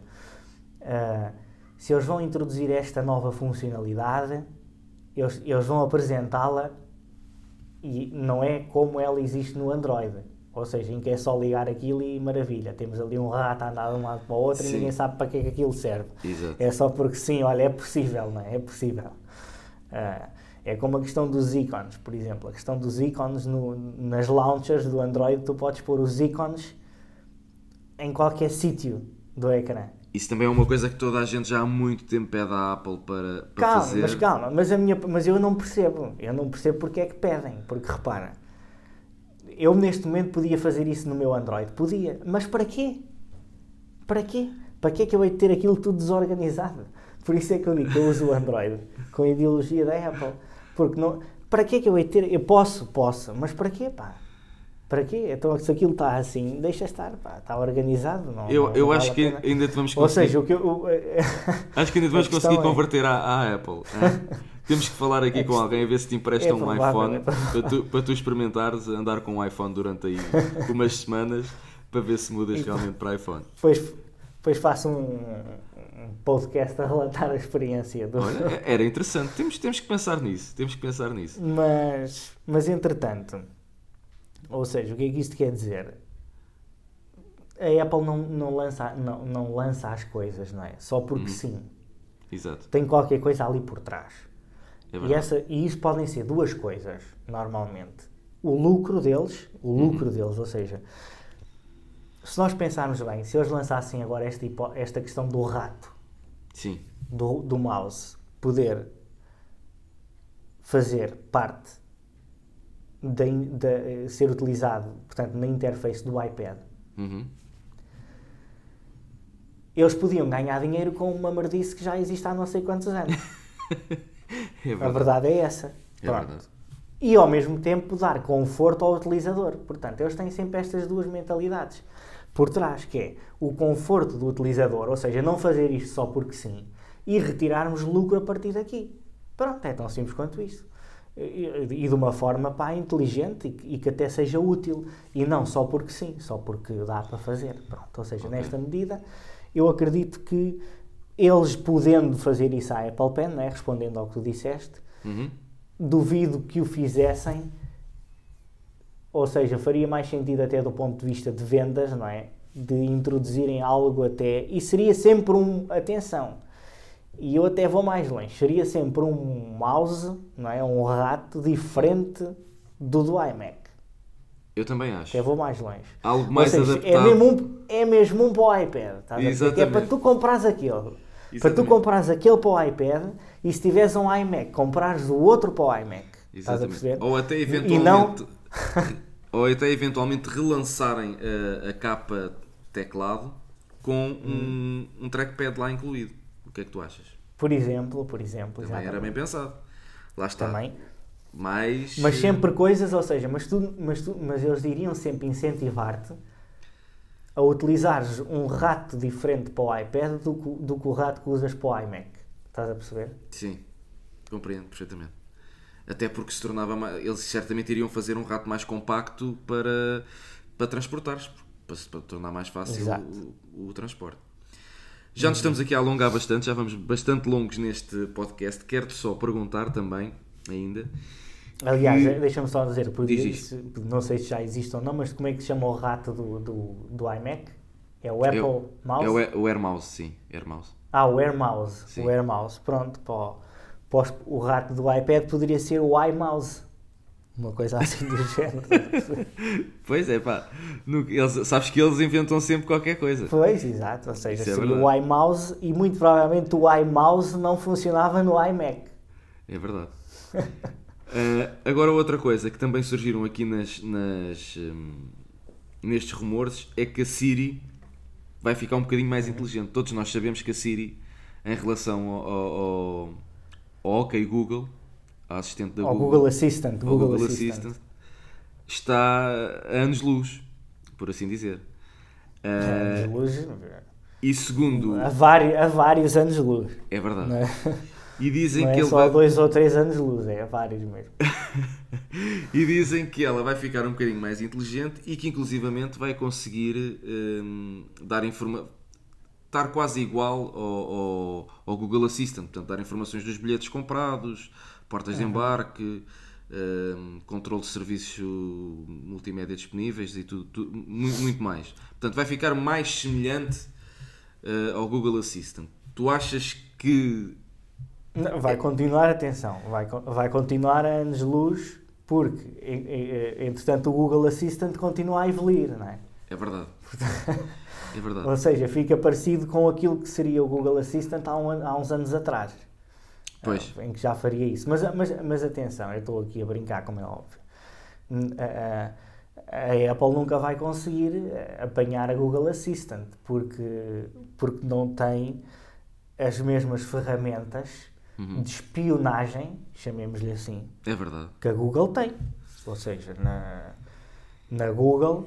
se eles vão introduzir esta nova funcionalidade, eles vão apresentá-la e não é como ela existe no Android. Ou seja, em que é só ligar aquilo e maravilha. Temos ali um rato a andar de um lado para o outro e ninguém sabe para que é que aquilo serve. Exato. É só porque sim, olha, é possível, não é? É possível. É como a questão dos ícones, por exemplo. A questão dos ícones nas launchers do Android, tu podes pôr os ícones em qualquer sítio do ecrã. Isso também é uma coisa que toda a gente já há muito tempo pede à Apple para fazer. Calma, mas eu não percebo. Eu não percebo porque é que pedem. Porque repara, eu neste momento podia fazer isso no meu Android. Podia. Mas para quê? Para quê? Para quê é que eu hei de ter aquilo tudo desorganizado? Por isso é que eu digo que eu uso o Android com a ideologia da Apple. Porque não... Para quê é que eu hei de ter... Eu posso, mas para quê, pá? Para quê? Então se aquilo está assim, deixa estar, pá, está organizado. Eu acho que ainda te vamos conseguir... Ou seja, acho que ainda te vamos conseguir converter à Apple. Temos que falar aqui com alguém a ver se te empresta um iPhone para tu experimentares andar com um iPhone durante aí umas semanas para ver se mudas realmente para iPhone. Depois faço um podcast a relatar a experiência. Olha, era interessante. Temos que pensar nisso. Mas entretanto, ou seja, o que é que isto quer dizer? A Apple não lança as coisas, não é? Só porque sim. Exato. Tem qualquer coisa ali por trás. É E isso podem ser duas coisas, normalmente. O lucro deles, ou seja, se nós pensarmos bem, se eles lançassem agora esta questão do rato, Sim. do mouse, poder fazer parte de ser utilizado, portanto, na interface do iPad, eles podiam ganhar dinheiro com uma merdice que já existe há não sei quantos anos. A verdade é essa. É verdade. E ao mesmo tempo dar conforto ao utilizador. Portanto, eles têm sempre estas duas mentalidades por trás, que é o conforto do utilizador, ou seja, não fazer isto só porque sim, e retirarmos lucro a partir daqui. Pronto, é tão simples quanto isso. E de uma forma inteligente e que até seja útil. E não só porque sim, só porque dá para fazer. Pronto, ou seja, nesta medida, eu acredito que eles podendo fazer isso à Apple Pen, né, respondendo ao que tu disseste, duvido que o fizessem, ou seja, faria mais sentido até do ponto de vista de vendas, não é? De introduzirem algo até, e seria sempre atenção, e eu até vou mais longe, seria sempre um mouse, não é? Um rato diferente do iMac. Eu também acho. Até vou mais longe. Algo mais adaptado. É mesmo um para o iPad, estás a dizer? Que é para tu comprares aquele. Exatamente. Para tu comprares aquele para o iPad e se tiveres um iMac, comprares o outro para o iMac. Exatamente. Estás a perceber? Ou até eventualmente, ou até eventualmente relançarem a capa teclado com um trackpad lá incluído. O que é que tu achas? Por exemplo. Também era bem pensado. Lá está. Também. Mas sempre coisas, ou seja, mas eles iriam sempre incentivar-te a utilizares um rato diferente para o iPad do que o rato que usas para o iMac. Estás a perceber? Sim, compreendo perfeitamente. Até porque se tornava mais, eles certamente iriam fazer um rato mais compacto para transportares, para tornar mais fácil o transporte. Já nos estamos aqui a alongar bastante, já vamos bastante longos neste podcast. Quero-te só perguntar também, ainda... Aliás, deixa-me só dizer, não sei se já existe ou não, mas como é que se chama o rato do iMac? É o Apple Mouse? É o Air Mouse, sim. Air Mouse. O Air Mouse. Sim. O Air Mouse. Pronto, o rato do iPad poderia ser o iMouse. Uma coisa assim do género. Pois é, pá. Sabes que eles inventam sempre qualquer coisa. Pois, exato. Ou seja, seria o iMouse e muito provavelmente o iMouse não funcionava no iMac. É verdade. Agora outra coisa que também surgiram aqui nestes rumores é que a Siri vai ficar um bocadinho mais inteligente. Todos nós sabemos que a Siri, em relação ao OK Google, a assistente da Google Assistant, Google Assistant, está a anos-luz, por assim dizer. Anos-luz? E segundo... Há vários anos-luz. É verdade. Não é? E dizem não que é ele só 2 ou 3 anos-luz, é vários mesmo. E dizem que ela vai ficar um bocadinho mais inteligente e que inclusivamente vai conseguir dar informação, estar quase igual ao Google Assistant, portanto dar informações dos bilhetes comprados, portas de embarque, controle de serviços multimédia disponíveis e tudo muito mais. Portanto vai ficar mais semelhante ao Google Assistant. Tu achas que... Não, vai continuar, atenção, vai continuar a anos-luz, porque entretanto o Google Assistant continua a evoluir, não é? É verdade. É verdade. Ou seja, fica parecido com aquilo que seria o Google Assistant há uns anos atrás. Pois. Em que já faria isso. Mas atenção, eu estou aqui a brincar, como é óbvio. A Apple nunca vai conseguir apanhar a Google Assistant, porque não tem as mesmas ferramentas de espionagem, chamemos-lhe assim, é verdade, que a Google tem. Ou seja, na Google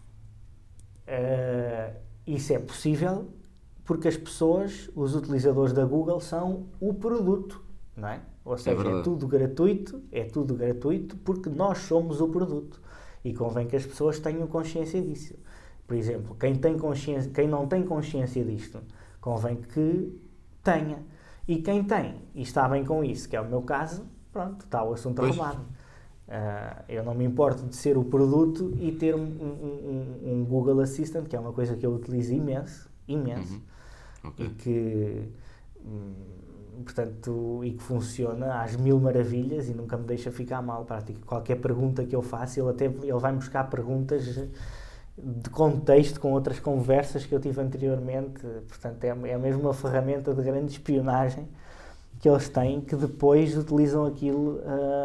isso é possível porque as pessoas, os utilizadores da Google são o produto, não é? Ou seja, é tudo gratuito porque nós somos o produto e convém que as pessoas tenham consciência disso. Por exemplo, quem não tem consciência disto, convém que tenha. E quem tem e está bem com isso, que é o meu caso, pronto, está o assunto arrumado. Eu não me importo de ser o produto e ter um Google Assistant, que é uma coisa que eu utilizo imenso, Okay. e que Portanto, e que funciona às mil maravilhas e nunca me deixa ficar mal. Qualquer pergunta que eu faço, ele vai-me buscar perguntas de contexto com outras conversas que eu tive anteriormente. Portanto, é mesmo uma ferramenta de grande espionagem que eles têm, que depois utilizam aquilo.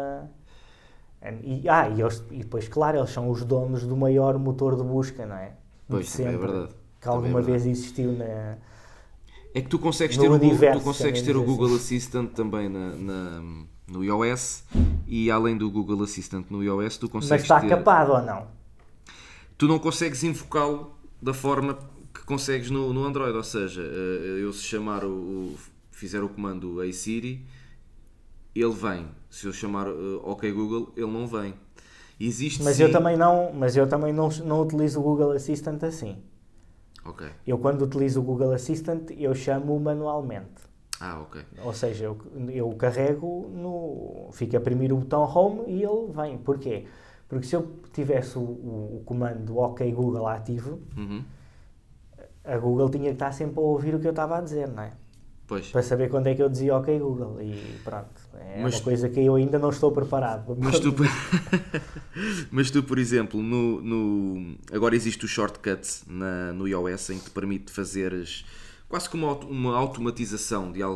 E depois, claro, eles são os donos do maior motor de busca, não é? Pois, sempre, é verdade. Que alguma vez existiu na... É que tu consegues ter o Google Assistant também no iOS, e além do Google Assistant no iOS, tu consegues. Mas está capado ou não? Tu não consegues invocá-lo da forma que consegues no Android, ou seja, eu se chamar fizer o comando Hey Siri, ele vem. Se eu chamar OK Google, ele não vem. Mas eu também não utilizo o Google Assistant assim. Okay. Eu quando utilizo o Google Assistant, eu chamo-o manualmente. Ok. Ou seja, eu carrego, fico a oprimir o botão Home e ele vem. Porquê? Porque se eu tivesse o comando OK Google ativo, a Google tinha que estar sempre a ouvir o que eu estava a dizer, não é? Pois. Para saber quando é que eu dizia OK Google. E pronto, uma coisa que eu ainda não estou preparado. Mas tu, por exemplo, agora existe o Shortcuts no iOS, em que te permite fazeres quase como uma automatização de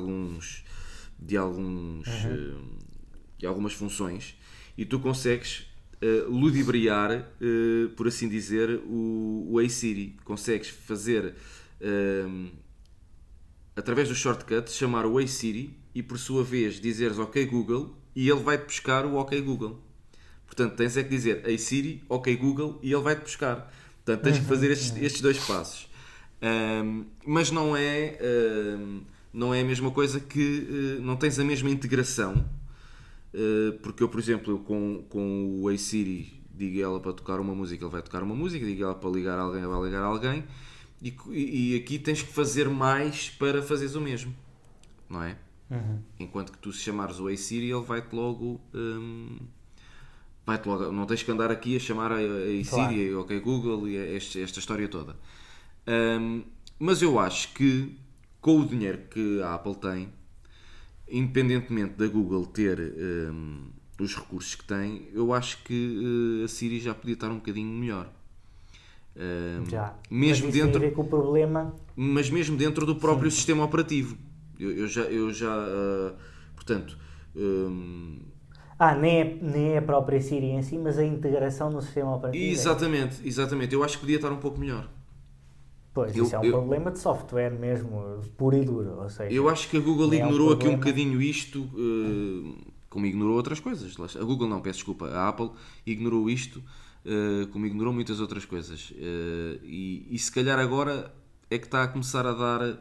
algumas funções, e tu consegues ludibriar, por assim dizer, o Hey Siri. Consegues fazer... através do shortcut, chamar o Hey Siri e, por sua vez, dizeres OK Google, e ele vai-te buscar o OK Google. Portanto, tens é que dizer Hey Siri, OK Google, e ele vai-te buscar. Portanto, tens que fazer estes dois passos. Mas não é a mesma coisa, que não tens a mesma integração, porque eu, por exemplo, com o Hey Siri, digo ela para tocar uma música, ele vai tocar uma música, digo ela para ligar alguém, ele vai ligar alguém. E aqui tens que fazer mais para fazeres o mesmo, não é? Enquanto que tu, se chamares o Hey Siri, ele vai-te logo, não tens que andar aqui a chamar a Hey Siri, claro. OK Google e esta história toda. Mas eu acho que, com o dinheiro que a Apple tem, independentemente da Google ter os recursos que tem, eu acho que a Siri já podia estar um bocadinho melhor. Mesmo mas dentro, tem a ver com o problema. Mas mesmo dentro do próprio sistema operativo. Eu já portanto, nem é a própria Siri em si, mas a integração no sistema operativo. Exatamente. Eu acho que podia estar um pouco melhor. Pois, isso é um problema de software mesmo, puro e duro. Ou seja, eu acho que a Google ignorou aqui um bocadinho isto, como ignorou outras coisas. A Google não, peço desculpa, a Apple ignorou isto, como ignorou muitas outras coisas. E se calhar agora é que está a começar a dar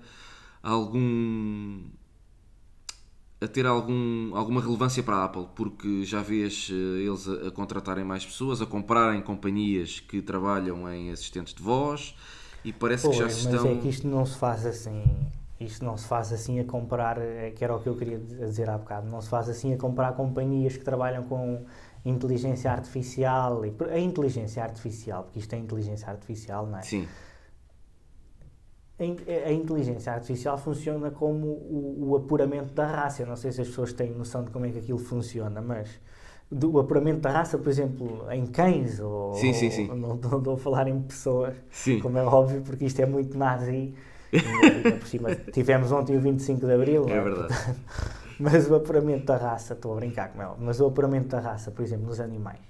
alguma relevância para a Apple, porque já vês eles a contratarem mais pessoas, a comprarem companhias que trabalham em assistentes de voz, e parece que já se estão... Mas é que isto não se faz assim a comprar, que era o que eu queria dizer há bocado, não se faz assim a comprar companhias que trabalham com inteligência artificial, a inteligência artificial, porque isto é inteligência artificial, não é? Sim. A inteligência artificial funciona como o apuramento da raça. Eu não sei se as pessoas têm noção de como é que aquilo funciona, mas o apuramento da raça, por exemplo, em cães, sim. Não estou a falar em pessoas, sim. Como é óbvio, porque isto é muito nazi. Por cima, tivemos ontem o 25 de Abril. É verdade. Mas o apuramento da raça, estou a brincar com ela, mas o apuramento da raça, por exemplo, nos animais,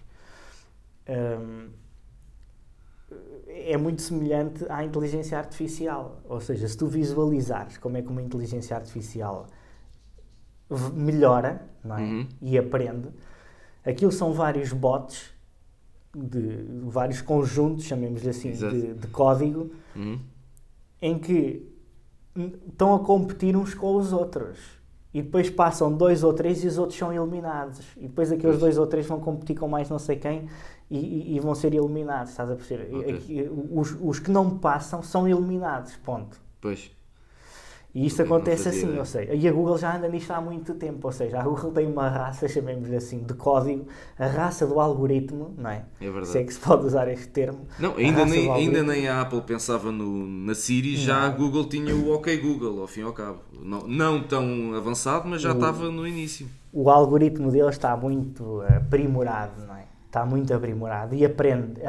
é muito semelhante à inteligência artificial. Ou seja, se tu visualizares como é que uma inteligência artificial melhora, não é? E aprende, aquilo são vários bots, vários conjuntos, chamemos-lhe assim, de código, em que estão a competir uns com os outros. E depois passam 2 ou 3 e os outros são eliminados. E depois aqueles 2 ou 3 vão competir com mais não sei quem e vão ser eliminados, estás a perceber? Okay. Os que não passam são eliminados, ponto. Pois. E isto acontece assim, ou seja, e a Google já anda nisto há muito tempo, ou seja, a Google tem uma raça, chamemos-lhe assim, de código, a raça do algoritmo, não é? É verdade. Se é que se pode usar este termo. Não, ainda nem a Apple pensava na Siri, já a Google tinha o OK Google, ao fim e ao cabo. Não tão avançado, mas já estava no início. O algoritmo deles está muito aprimorado, não é? Está muito aprimorado e aprende.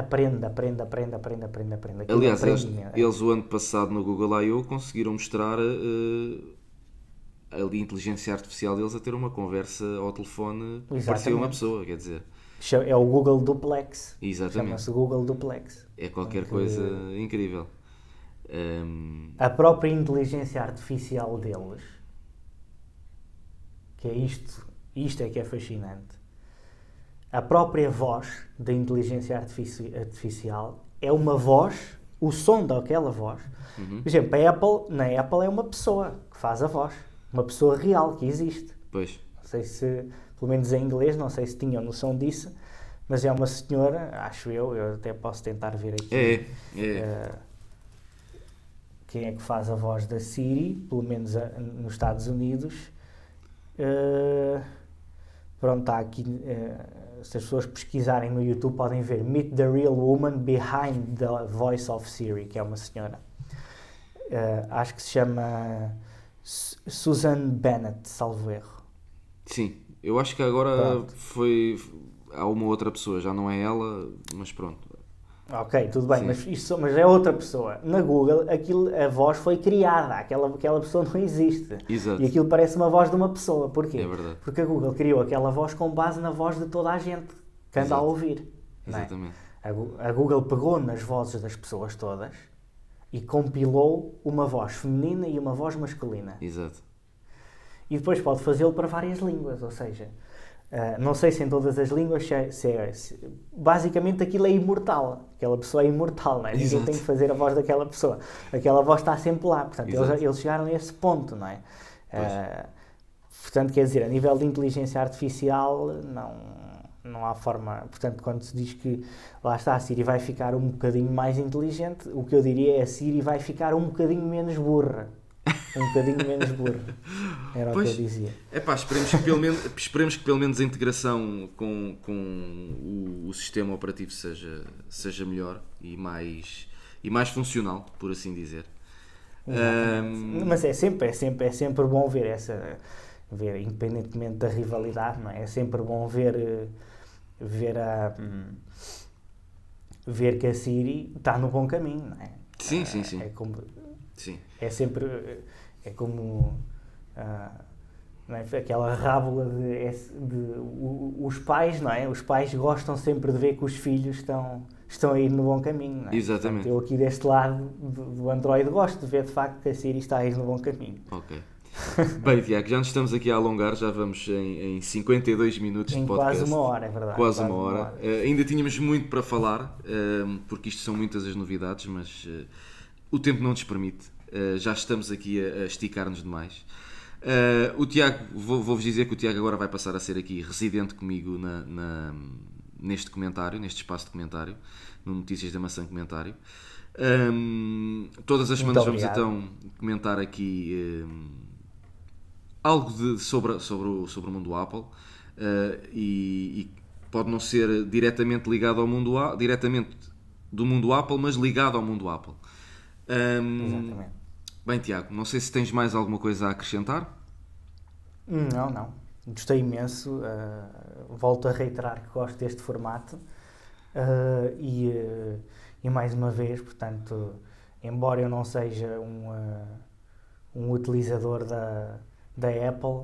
Aliás, eles o ano passado no Google I.O. conseguiram mostrar a inteligência artificial deles a ter uma conversa ao telefone que parecia uma pessoa, quer dizer. É o Google Duplex. Exatamente. Chama-se Google Duplex. É qualquer coisa incrível. A própria inteligência artificial deles, que é isto é que é fascinante. A própria voz da inteligência artificial é uma voz, o som daquela voz. Por exemplo, na Apple é uma pessoa que faz a voz. Uma pessoa real que existe. Pois. Não sei se, pelo menos em inglês, não sei se tinham noção disso, mas é uma senhora, acho eu até posso tentar ver aqui. Quem é que faz a voz da Siri, pelo menos nos Estados Unidos. Pronto, está aqui. Se as pessoas pesquisarem no YouTube podem ver Meet the Real Woman Behind the Voice of Siri, que é uma senhora. Acho que se chama Susan Bennett, salvo erro. Sim, eu acho que agora há uma outra pessoa, já não é ela, mas pronto. Ok, tudo bem, mas é outra pessoa. Na Google, a voz foi criada, aquela pessoa não existe. Exato. E aquilo parece uma voz de uma pessoa. Porquê? É verdade. Porque a Google criou aquela voz com base na voz de toda a gente que anda a ouvir. Exatamente. A Google pegou nas vozes das pessoas todas e compilou uma voz feminina e uma voz masculina. Exato. E depois pode fazê-lo para várias línguas, ou seja... não sei se em todas as línguas, basicamente aquilo é imortal. Aquela pessoa é imortal, não é? Ninguém tem que fazer a voz daquela pessoa. Aquela voz está sempre lá. Portanto, eles chegaram a esse ponto, não é? Portanto, quer dizer, a nível de inteligência artificial, não há forma. Portanto, quando se diz que lá está, a Siri vai ficar um bocadinho mais inteligente, o que eu diria é a Siri vai ficar um bocadinho menos burra. Um bocadinho menos burro. Era o que eu dizia. Esperemos que pelo menos a integração com o sistema operativo seja melhor e mais funcional, por assim dizer. Mas é sempre bom ver independentemente da rivalidade, não é? É sempre bom ver que a Siri está no bom caminho, não é? Sim. É sempre não é? Aquela rábula de os pais, não é? Os pais gostam sempre de ver que os filhos estão a ir no bom caminho, não é? Exatamente. Portanto, eu aqui deste lado do Android gosto de ver de facto que a Siri está a ir no bom caminho. Ok. Bem, Tiago, já nos estamos aqui a alongar, já vamos em 52 minutos de podcast. Quase uma hora, é verdade. Quase uma hora. Ainda tínhamos muito para falar, porque isto são muitas as novidades, mas o tempo não nos permite. Já estamos aqui a esticar-nos demais. O Tiago, vou-vos dizer que o Tiago agora vai passar a ser aqui residente comigo neste comentário, neste espaço de comentário, no Notícias da Maçã Comentário. Todas as semanas vamos então comentar aqui algo sobre o mundo Apple, e pode não ser diretamente ligado ao mundo diretamente do mundo Apple, mas ligado ao mundo Apple. Exatamente. Bem, Tiago, não sei se tens mais alguma coisa a acrescentar. Não. Gostei imenso. Volto a reiterar que gosto deste formato. E mais uma vez, portanto, embora eu não seja um utilizador da Apple,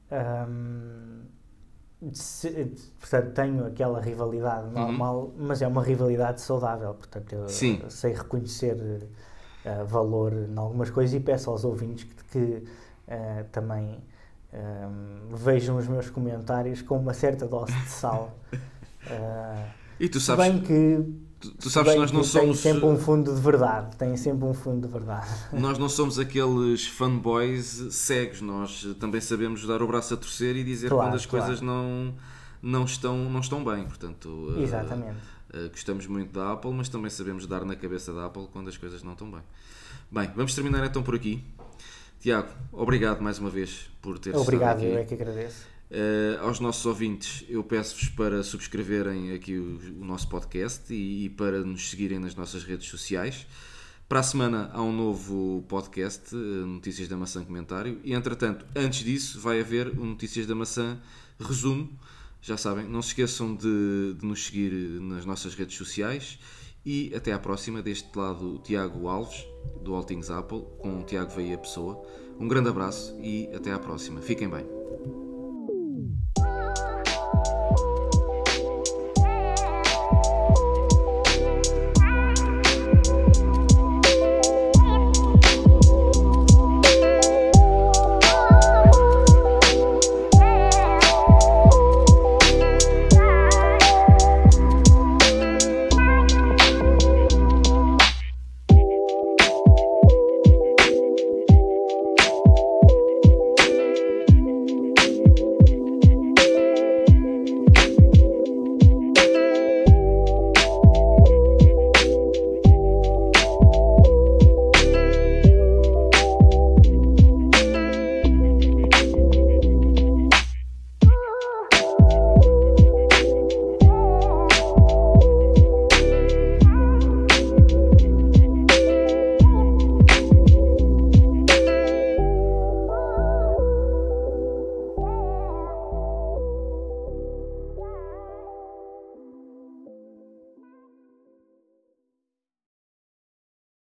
portanto, tenho aquela rivalidade normal, mas é uma rivalidade saudável. Portanto, eu sei reconhecer valor em algumas coisas e peço aos ouvintes que também vejam os meus comentários com uma certa dose de sal. E tu sabes, bem que tu sabes que nós não somos... Tem sempre um fundo de verdade. Nós não somos aqueles fanboys cegos. Nós também sabemos dar o braço a torcer e dizer quando as coisas não estão bem. Portanto, exatamente. Gostamos muito da Apple, mas também sabemos dar na cabeça da Apple quando as coisas não estão bem. Bem, vamos terminar então por aqui. Tiago, obrigado mais uma vez por teres Obrigado, estado aqui. eu é que agradeço. Aos nossos ouvintes, eu peço-vos para subscreverem aqui o nosso podcast e para nos seguirem nas nossas redes sociais. Para a semana há um novo podcast, Notícias da Maçã Comentário, e entretanto, antes disso, vai haver o Notícias da Maçã Resumo. Já sabem, não se esqueçam de nos seguir nas nossas redes sociais e até à próxima. Deste lado, o Tiago Alves, do All Things Apple, com o Tiago Veia Pessoa. Um grande abraço e até à próxima. Fiquem bem.